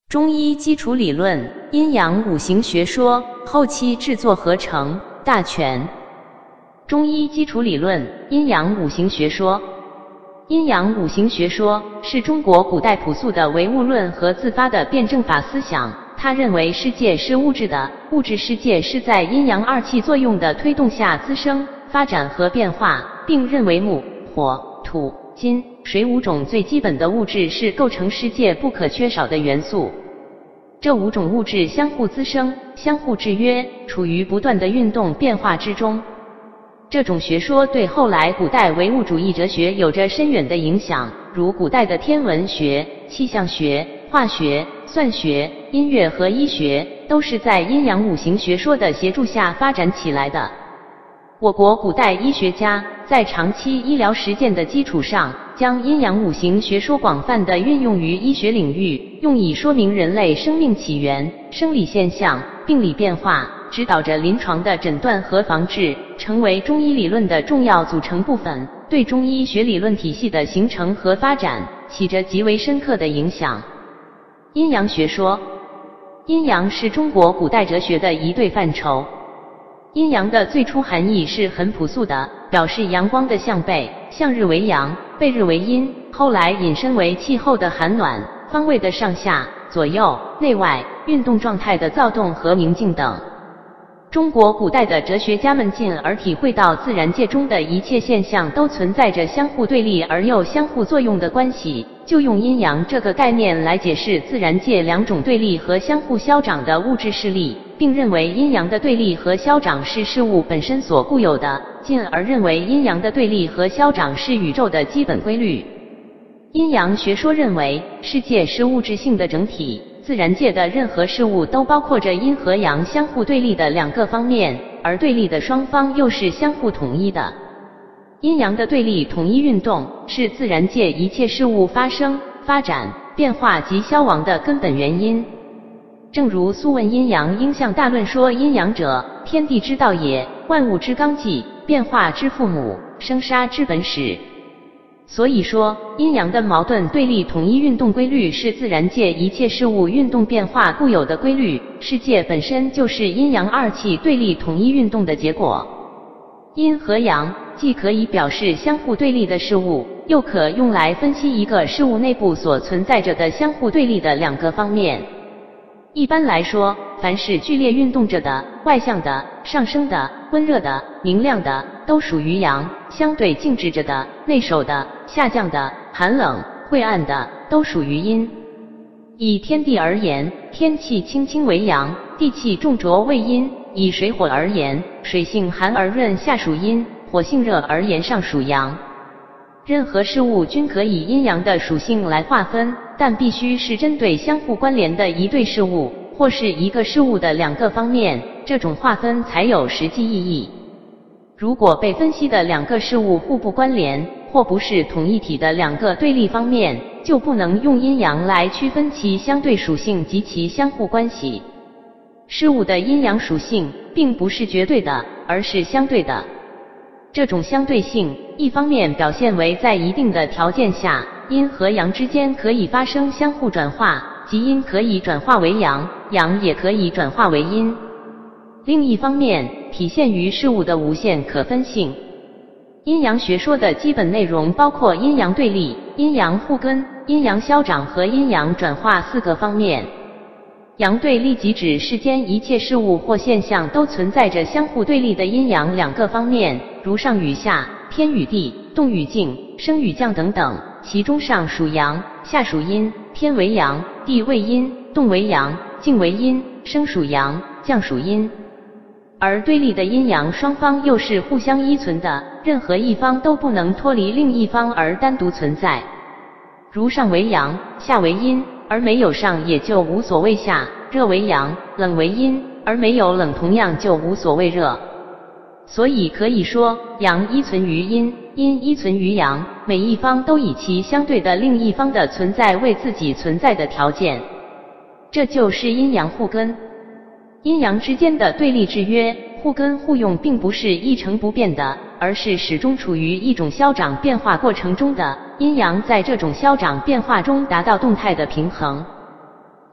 中医基础理论，阴阳五行学说，后期制作合成，大全。中医基础理论，阴阳五行学说。阴阳五行学说是中国古代朴素的唯物论和自发的辩证法思想。他认为世界是物质的，物质世界是在阴阳二气作用的推动下滋生、发展和变化，并认为木、火、土、金、水五种最基本的物质是构成世界不可缺少的元素。这五种物质相互滋生、相互制约，处于不断的运动变化之中。这种学说对后来古代唯物主义哲学有着深远的影响，如古代的天文学、气象学、化学、算学、音乐和医学，都是在阴阳五行学说的协助下发展起来的。我国古代医学家在长期医疗实践的基础上，将阴阳五行学说广泛地运用于医学领域，用以说明人类生命起源、生理现象、病理变化，指导着临床的诊断和防治，成为中医理论的重要组成部分，对中医学理论体系的形成和发展起着极为深刻的影响。阴阳学说，阴阳是中国古代哲学的一对范畴。阴阳的最初含义是很朴素的，表示阳光的向背，向日为阳，背日为阴，后来引申为气候的寒暖、方位的上下、左右、内外、运动状态的躁动和宁静等。中国古代的哲学家们进而体会到自然界中的一切现象都存在着相互对立而又相互作用的关系，就用阴阳这个概念来解释自然界两种对立和相互消长的物质势力，并认为阴阳的对立和消长是事物本身所固有的，进而认为阴阳的对立和消长是宇宙的基本规律。阴阳学说认为，世界是物质性的整体，自然界的任何事物都包括着阴和阳相互对立的两个方面，而对立的双方又是相互统一的。阴阳的对立统一运动是自然界一切事物发生、发展、变化及消亡的根本原因。正如《素问·阴阳应象大论》说：“阴阳者，天地之道也，万物之纲纪，变化之父母，生杀之本始。”所以说，阴阳的矛盾对立统一运动规律是自然界一切事物运动变化固有的规律，世界本身就是阴阳二气对立统一运动的结果。阴和阳既可以表示相互对立的事物，又可用来分析一个事物内部所存在着的相互对立的两个方面。一般来说，凡是剧烈运动着的、外向的、上升的、温热的、明亮的，都属于阳；相对静止着的、内守的、下降的、寒冷、晦暗的，都属于阴。以天地而言，天气清清为阳，地气重浊为阴；以水火而言，水性寒而润下属阴，火性热而炎上属阳。任何事物均可以阴阳的属性来划分，但必须是针对相互关联的一对事物，或是一个事物的两个方面，这种划分才有实际意义。如果被分析的两个事物互不关联，或不是同一体的两个对立方面，就不能用阴阳来区分其相对属性及其相互关系。事物的阴阳属性并不是绝对的，而是相对的。这种相对性，一方面表现为在一定的条件下，阴和阳之间可以发生相互转化，即阴可以转化为阳，阳也可以转化为阴。另一方面，体现于事物的无限可分性。阴阳学说的基本内容包括阴阳对立、阴阳互根、阴阳消长和阴阳转化四个方面。阳对立即指世间一切事物或现象都存在着相互对立的阴阳两个方面，如上与下、天与地、动与静、升与降等等，其中上属阳，下属阴，天为阳，地为阴，动为阳，静为阴，升属阳，降属阴。而对立的阴阳双方又是互相依存的，任何一方都不能脱离另一方而单独存在。如上为阳，下为阴，而没有上也就无所谓下；热为阳，冷为阴，而没有冷同样就无所谓热。所以可以说，阳依存于阴，阴依存于阳，每一方都以其相对的另一方的存在为自己存在的条件。这就是阴阳互根。阴阳之间的对立制约、互根互用并不是一成不变的，而是始终处于一种消长变化过程中的，阴阳在这种消长变化中达到动态的平衡。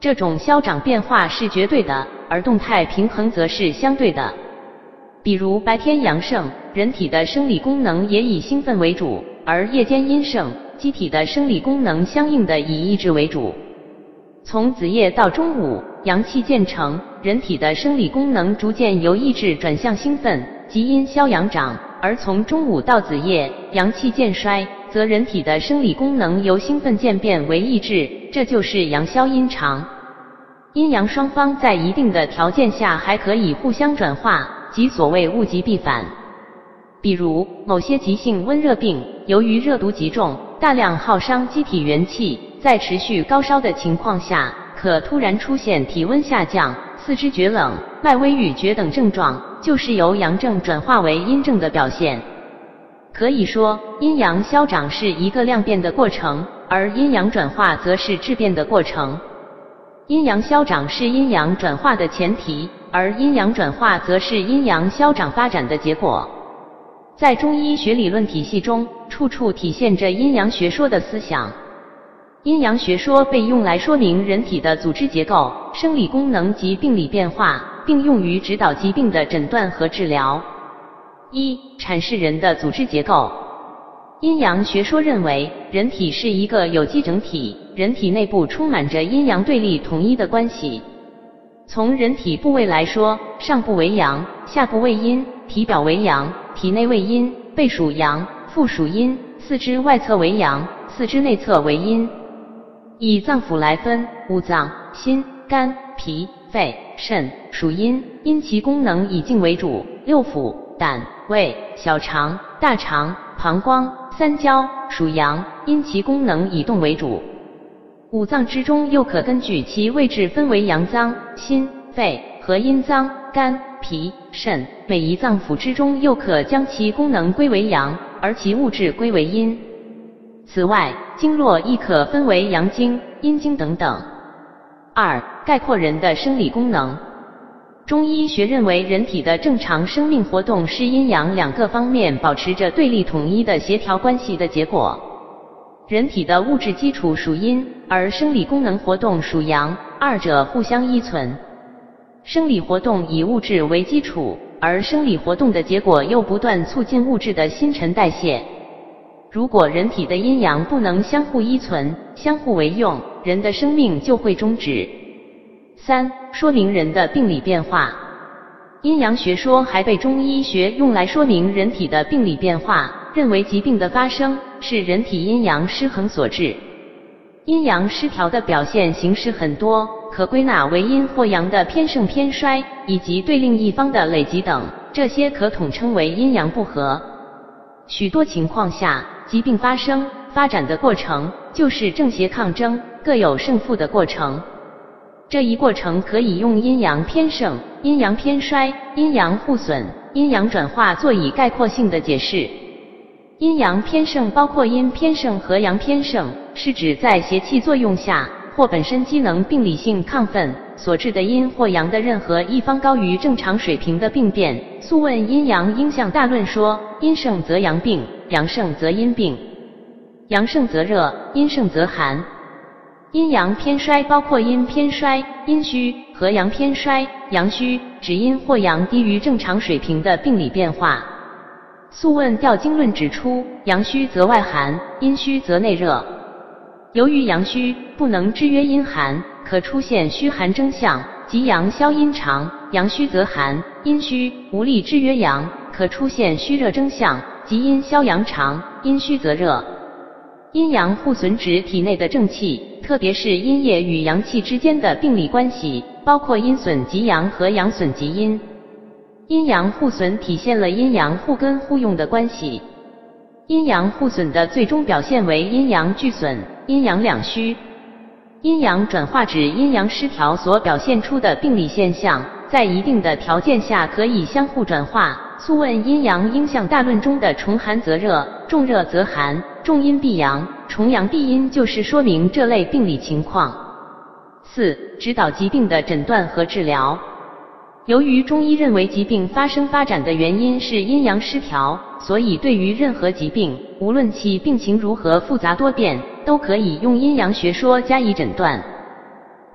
这种消长变化是绝对的，而动态平衡则是相对的。比如白天阳盛，人体的生理功能也以兴奋为主，而夜间阴盛，机体的生理功能相应的以抑制为主。从子夜到中午，阳气渐成，人体的生理功能逐渐由抑制转向兴奋，即阴消阳长；而从中午到子夜，阳气渐衰，则人体的生理功能由兴奋渐变为抑制，这就是阳消阴长。阴阳双方在一定的条件下还可以互相转化，即所谓物极必反。比如某些急性温热病，由于热毒极重，大量耗伤机体元气，在持续高烧的情况下，可突然出现体温下降、四肢厥冷、脉微欲绝等症状，就是由阳症转化为阴症的表现。可以说，阴阳消长是一个量变的过程，而阴阳转化则是质变的过程。阴阳消长是阴阳转化的前提，而阴阳转化则是阴阳消长发展的结果。在中医学理论体系中，处处体现着阴阳学说的思想。阴阳学说被用来说明人体的组织结构、生理功能及病理变化，并用于指导疾病的诊断和治疗。一、阐释人的组织结构。阴阳学说认为，人体是一个有机整体，人体内部充满着阴阳对立统一的关系。从人体部位来说，上部为阳，下部为阴，体表为阳，体内为阴，背属阳，腹属阴，四肢外侧为阳，四肢内侧为阴。以脏腑来分，五脏、心、肝、脾、肺、肾属阴，因其功能以静为主；六腑、胆、胃、小肠、大肠、膀胱、三焦属阳，因其功能以动为主。五脏之中又可根据其位置分为阳脏、心、肺和阴脏、肝、脾、肾，每一脏腑之中又可将其功能归为阳，而其物质归为阴。此外，经络亦可分为阳经、阴经等等。二、概括人的生理功能。中医学认为，人体的正常生命活动是阴阳两个方面保持着对立统一的协调关系的结果。人体的物质基础属阴，而生理功能活动属阳，二者互相依存。生理活动以物质为基础，而生理活动的结果又不断促进物质的新陈代谢。如果人体的阴阳不能相互依存、相互为用，人的生命就会终止。三、说明人的病理变化。阴阳学说还被中医学用来说明人体的病理变化，认为疾病的发生是人体阴阳失衡所致。阴阳失调的表现形式很多，可归纳为阴或阳的偏盛偏衰，以及对另一方的累积等，这些可统称为阴阳不和。许多情况下，疾病发生、发展的过程就是正邪抗争、各有胜负的过程。这一过程可以用阴阳偏盛、阴阳偏衰、阴阳互损、阴阳转化做以概括性的解释。阴阳偏盛包括阴偏盛和阳偏盛，是指在邪气作用下，或本身机能病理性亢奋所致的阴或阳的任何一方高于正常水平的病变。素问阴阳应象大论说，阴盛则阳病，阳盛则阴病。阳盛则热，阴盛则寒。阴阳偏衰包括阴偏衰、阴虚和阳偏衰、阳虚，指阴或阳低于正常水平的病理变化。素问调经论指出，阳虚则外寒，阴虚则内热。由于阳虚不能制约阴寒，可出现虚寒征象，即阳消阴长；阳虚则寒，阴虚无力制约阳，可出现虚热征象，即阴消阳长；阴虚则热。阴阳互损指体内的正气，特别是阴液与阳气之间的病理关系，包括阴损及阳和阳损及阴。阴阳互损体现了阴阳互根互用的关系。阴阳互损的最终表现为阴阳俱损、阴阳两虚。阴阳转化指阴阳失调所表现出的病理现象，在一定的条件下可以相互转化。素问阴阳应象大论中的重寒则热，重热则寒，重阴必阳，重阳必阴，就是说明这类病理情况。四、指导疾病的诊断和治疗。由于中医认为疾病发生发展的原因是阴阳失调，所以对于任何疾病，无论其病情如何复杂多变，都可以用阴阳学说加以诊断。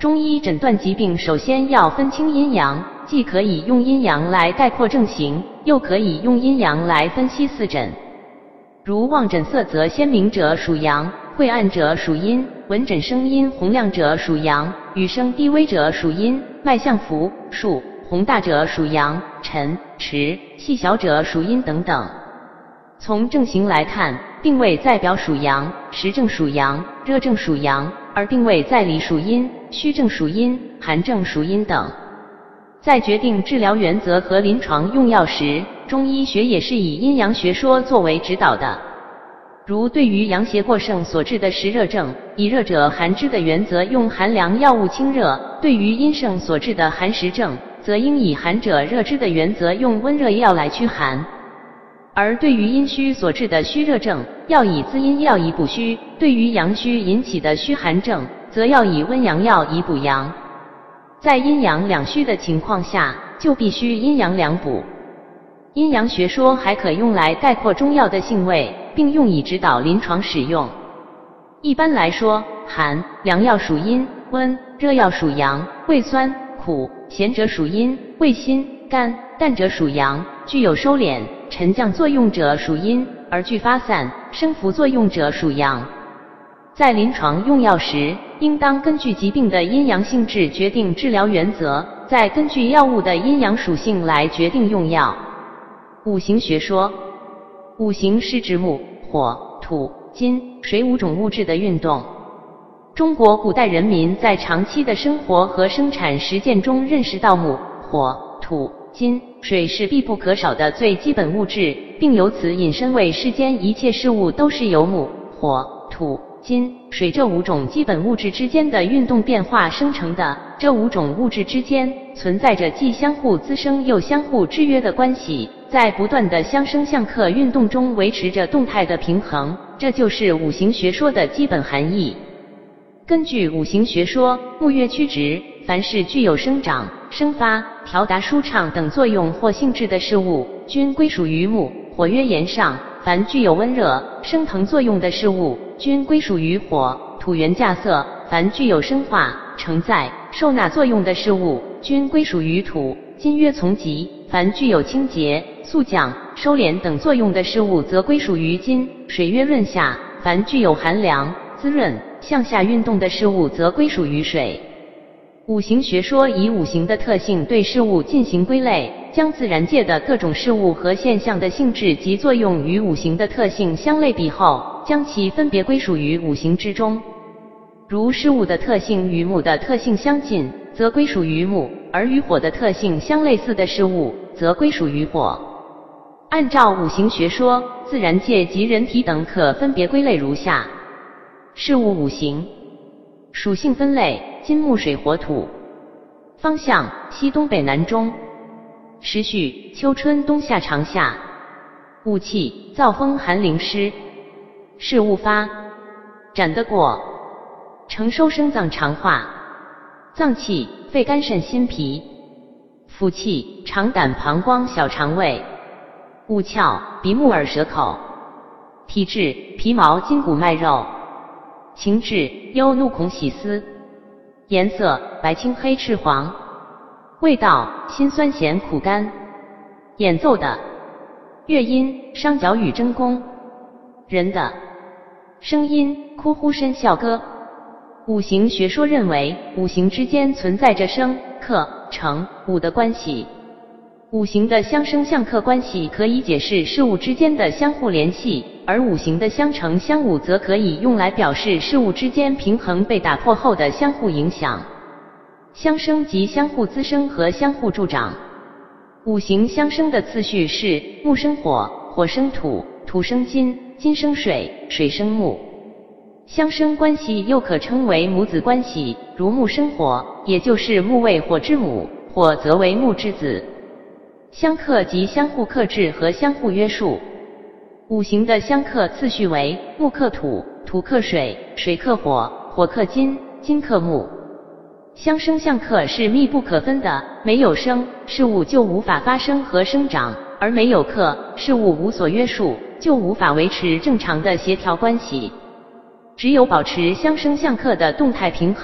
中医诊断疾病首先要分清阴阳，既可以用阴阳来概括症型，又可以用阴阳来分析四诊。如望诊色泽鲜明者属阳，晦暗者属阴，闻诊声音洪亮者属阳，语声低微者属阴，脉象浮数宏大者属阳，沉迟细小者属阴等等。从症型来看，病位在表属阳，实症属阳，热症属阳，而病位在里属阴，虚症属阴，寒症属阴等。在决定治疗原则和临床用药时，中医学也是以阴阳学说作为指导的。如对于阳邪过盛所致的湿热症，以热者寒之的原则用寒凉药物清热；对于阴盛所致的寒实症，则应以寒者热之的原则用温热药来驱寒。而对于阴虚所致的虚热症，要以滋阴药以补虚；对于阳虚引起的虚寒症，则要以温阳药以补阳。在阴阳两虚的情况下，就必须阴阳两补。阴阳学说还可用来概括中药的性味，并用以指导临床使用。一般来说，寒凉药属阴，温热药属阳，味酸苦咸者属阴，味辛甘淡者属阳，具有收敛沉降作用者属阴，而具发散升浮作用者属阳。在临床用药时，应当根据疾病的阴阳性质决定治疗原则，再根据药物的阴阳属性来决定用药。五行学说，五行是指木、火、土、金、水五种物质的运动。中国古代人民在长期的生活和生产实践中认识到木、火、土、金、水是必不可少的最基本物质，并由此引申为世间一切事物都是由木、火、土、金、水这五种基本物质之间的运动变化生成的。这五种物质之间存在着既相互滋生又相互制约的关系，在不断的相生相克运动中维持着动态的平衡，这就是五行学说的基本含义。根据五行学说，木曰曲直，凡是具有生长、生发、调达舒畅等作用或性质的事物，均归属于木；火曰炎上，凡具有温热、升腾作用的事物，均归属于火；土元稼色，凡具有生化、承载、受纳作用的事物，均归属于土；金曰从极，凡具有清洁、肃降、收敛等作用的事物，则归属于金；水曰润下，凡具有寒凉、滋润、向下运动的事物，则归属于水。五行学说以五行的特性对事物进行归类，将自然界的各种事物和现象的性质及作用与五行的特性相类比后，将其分别归属于五行之中。如事物的特性与木的特性相近，则归属于木；而与火的特性相类似的事物，则归属于火。按照五行学说，自然界及人体等可分别归类如下：事物五行，属性分类：金木水火土。方向：西东北南中。时序：秋春冬夏长夏。物气：燥风寒淋湿。事物发：斩得过。承收生脏肠化。脏器：肺肝肾心脾。腑气：肠胆膀胱小肠胃。物窍：鼻目耳舌口。体质：皮毛筋骨脉肉。情志：忧怒恐喜思。颜色：白青黑赤黄。味道：辛酸咸苦甘。演奏的乐音：商角与真弓。人的声音：哭呼声笑歌。五行学说认为，五行之间存在着生、克、成、武的关系。五行的相生相克关系可以解释事物之间的相互联系，而五行的相成相武则可以用来表示事物之间平衡被打破后的相互影响。相生即相互滋生和相互助长。五行相生的次序是木生火，火生土，土生金，金生水，水生木。相生关系又可称为母子关系，如木生火，也就是木为火之母，火则为木之子。相克即相互克制和相互约束。五行的相克次序为木克土，土克水，水克火，火克金，金克木。相生相克是密不可分的，没有生，事物就无法发生和生长；而没有克，事物无所约束，就无法维持正常的协调关系。只有保持相生相克的动态平衡，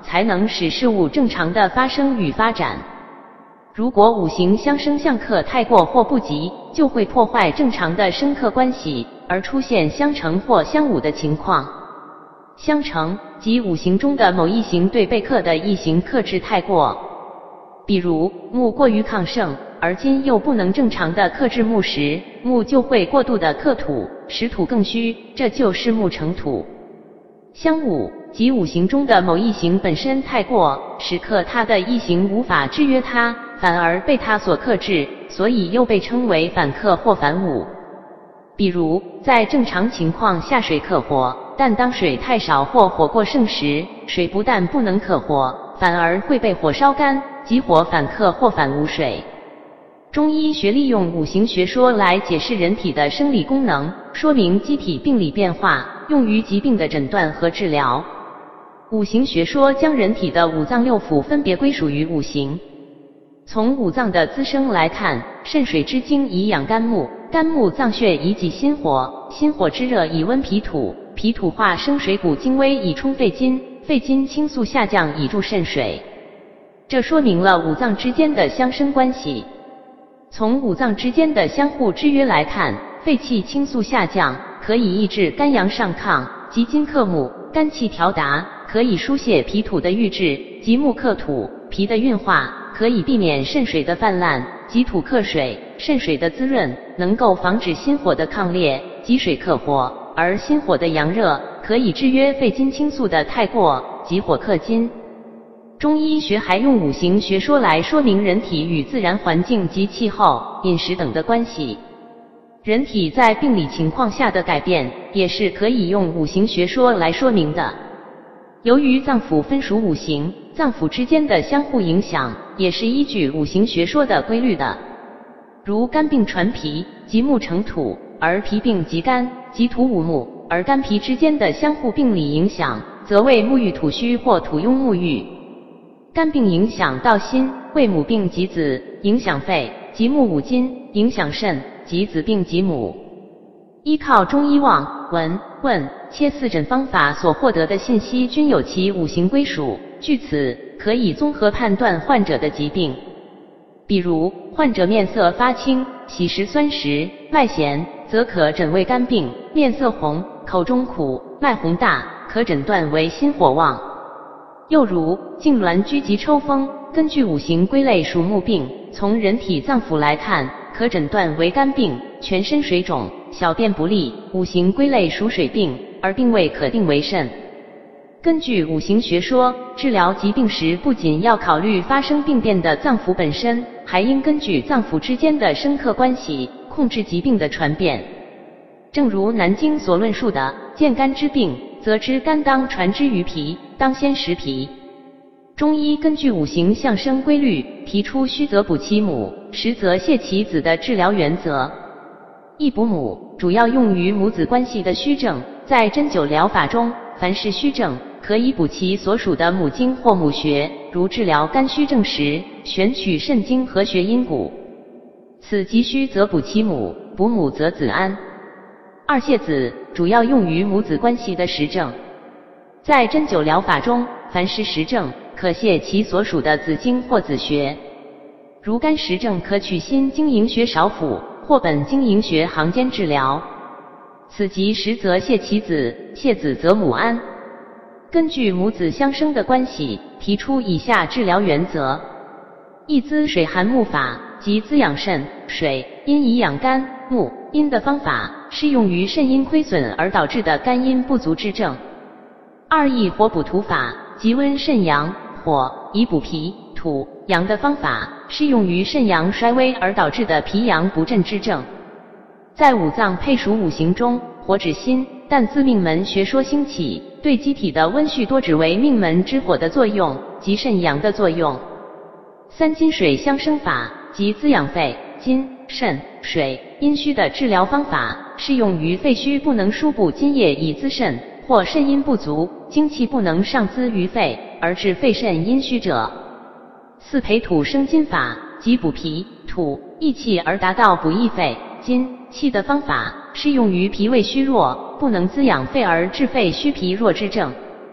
才能使事物正常的发生与发展。如果五行相生相克太过或不及，就会破坏正常的生克关系，而出现相乘或相侮的情况。相乘即五行中的某一行对被克的一行克制太过，比如木过于亢盛，而金又不能正常的克制木时，木就会过度的克土，使土更虚，这就是木成土。相侮即五行中的某一行本身太过，使克它的一行无法制约它，反而被它所克制，所以又被称为反克或反侮。比如在正常情况下水克火，但当水太少或火过盛时，水不但不能克火，反而会被火烧干，即火反克或反侮水。中医学利用五行学说来解释人体的生理功能，说明机体病理变化，用于疾病的诊断和治疗。五行学说将人体的五脏六腑分别归属于五行。从五脏的滋生来看，肾水之精以养肝木，肝木脏血以己心火，心火之热以温脾土，脾土化生水谷精微以充肺筋，肺筋清肃下降以助肾水。这说明了五脏之间的相生关系。从五脏之间的相互制约来看，肺气清肃下降，可以抑制肝阳上亢，即金克木；肝气调达，可以疏泄脾土的郁滞，即木克土；脾的运化，可以避免肾水的泛滥，即土克水；肾水的滋润，能够防止心火的亢烈，即水克火；而心火的阳热，可以制约肺筋清肃的太过，即火克金。中医学还用五行学说来说明人体与自然环境及气候、饮食等的关系。人体在病理情况下的改变，也是可以用五行学说来说明的。由于脏腑分属五行，脏腑之间的相互影响，也是依据五行学说的规律的。如肝病传脾，即木成土；而脾病即肝，即土侮木，而肝脾之间的相互病理影响，则为木郁土虚或土庸木郁。肝病影响到心，为母病及子；影响肺，即木侮金；影响肾，即子病及母。依靠中医望、闻、问、切四诊方法所获得的信息均有其五行归属，据此可以综合判断患者的疾病。比如患者面色发青、喜食酸食、脉弦，则可诊为肝病；面色红、口中苦、脉洪大，可诊断为心火旺。又如痉挛拘急抽风，根据五行归类属木病，从人体脏腑来看，可诊断为肝病；全身水肿、小便不利，五行归类属水病，而并未可定为肾。根据五行学说，治疗疾病时不仅要考虑发生病变的脏腑本身，还应根据脏腑之间的生克关系，控制疾病的传变。正如南经所论述的，见肝之病，则知肝当传之于脾，当先食脾。中医根据五行相生规律，提出虚则补其母，实则泻其子的治疗原则。益补母主要用于母子关系的虚症，在针灸疗法中，凡是虚症，可以补其所属的母经或母穴，如治疗肝虚症时，选取肾经和血阴谷。此即虚则补其母，补母则子安。二泻子主要用于母子关系的实症，在针灸疗法中，凡是实症，可泻其所属的子经或子穴。如肝实症，可取心经营穴少府或本经营穴行间治疗。此即实则泻其子，泻子则母安。根据母子相生的关系，提出以下治疗原则：一滋水含木法，即滋养肾水，阴以养肝木。阴的方法适用于肾阴亏损而导致的肝阴不足之症。二益火补土法，即温肾阳火，以补脾土。阳的方法适用于肾阳衰微而导致的脾阳不振之症。在五脏配属五行中，火指心，但自命门学说兴起，对机体的温煦多指为命门之火的作用，即肾阳的作用。三金水相生法，即滋养肺金肾水阴虚的治疗方法，适用于肺虚不能输布津液以滋肾，或肾阴不足，精气不能上滋于肺，而致肺肾阴虚者。四培土生金法，即补脾土益气而达到补益肺金气的方法，适用于脾胃虚弱不能滋养肺而致肺虚脾弱之症。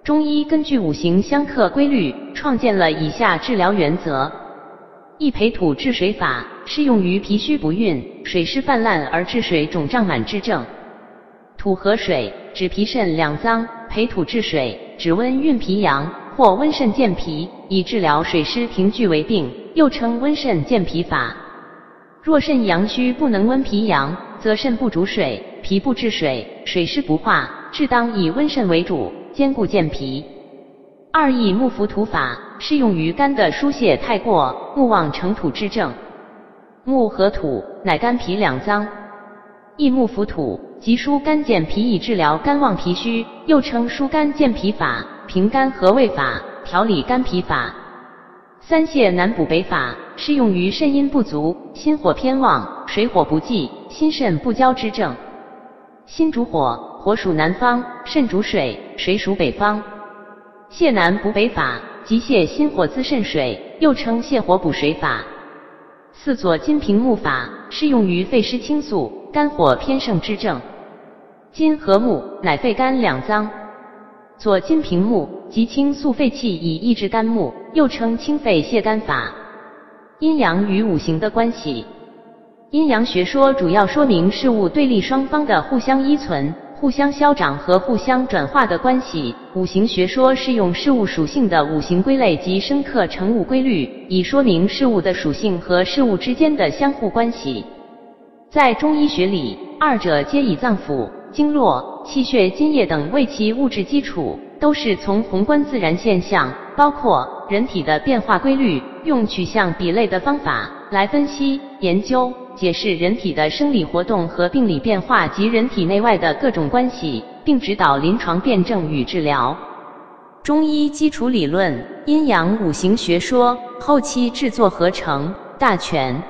中医根据五行相克规律，创建了以下治疗原则：一、培土治水法，适用于脾虚不孕、水湿泛滥而致水肿胀满之症。土和水指脾肾两脏，培土治水指温运脾阳或温肾健脾，以治疗水湿停聚为病，又称温肾健脾法。若肾阳虚不能温脾阳，则肾不主水，脾不治水，水湿不化，治当以温肾为主，兼顾健脾。二、以木浮土法，适用于肝的疏泄太过，木旺成土之症。木和土乃肝脾两脏，益木浮土即疏肝健脾，以治疗肝旺脾虚，又称疏肝健脾法、平肝和胃法、调理肝脾法。三、泻南补北法，适用于肾阴不足、心火偏旺、水火不济、心肾不交之症。心主火，火属南方；肾主水，水属北方。泻南补北法，即泻心火滋肾水，又称泻火补水法。四、左金平木法，适用于肺湿清肃、肝火偏盛之症。金和木乃肺肝两脏，左金平木即清肃肺气以抑制肝木，又称清肺泻肝法。阴阳与五行的关系。阴阳学说主要说明事物对立双方的互相依存、互相消长和互相转化的关系。五行学说是用事物属性的五行归类及生克成物规律，以说明事物的属性和事物之间的相互关系。在中医学里，二者皆以脏腑、经络、气血、津液等为其物质基础，都是从宏观自然现象，包括人体的变化规律，用取象比类的方法来分析、研究、解释人体的生理活动和病理变化及人体内外的各种关系，并指导临床辩证与治疗。中医基础理论、阴阳五行学说、后期制作合成、大全。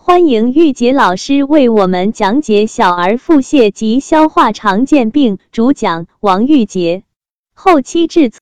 欢迎玉洁老师为我们讲解小儿腹泻及消化常见病，主讲王玉洁。后期制作。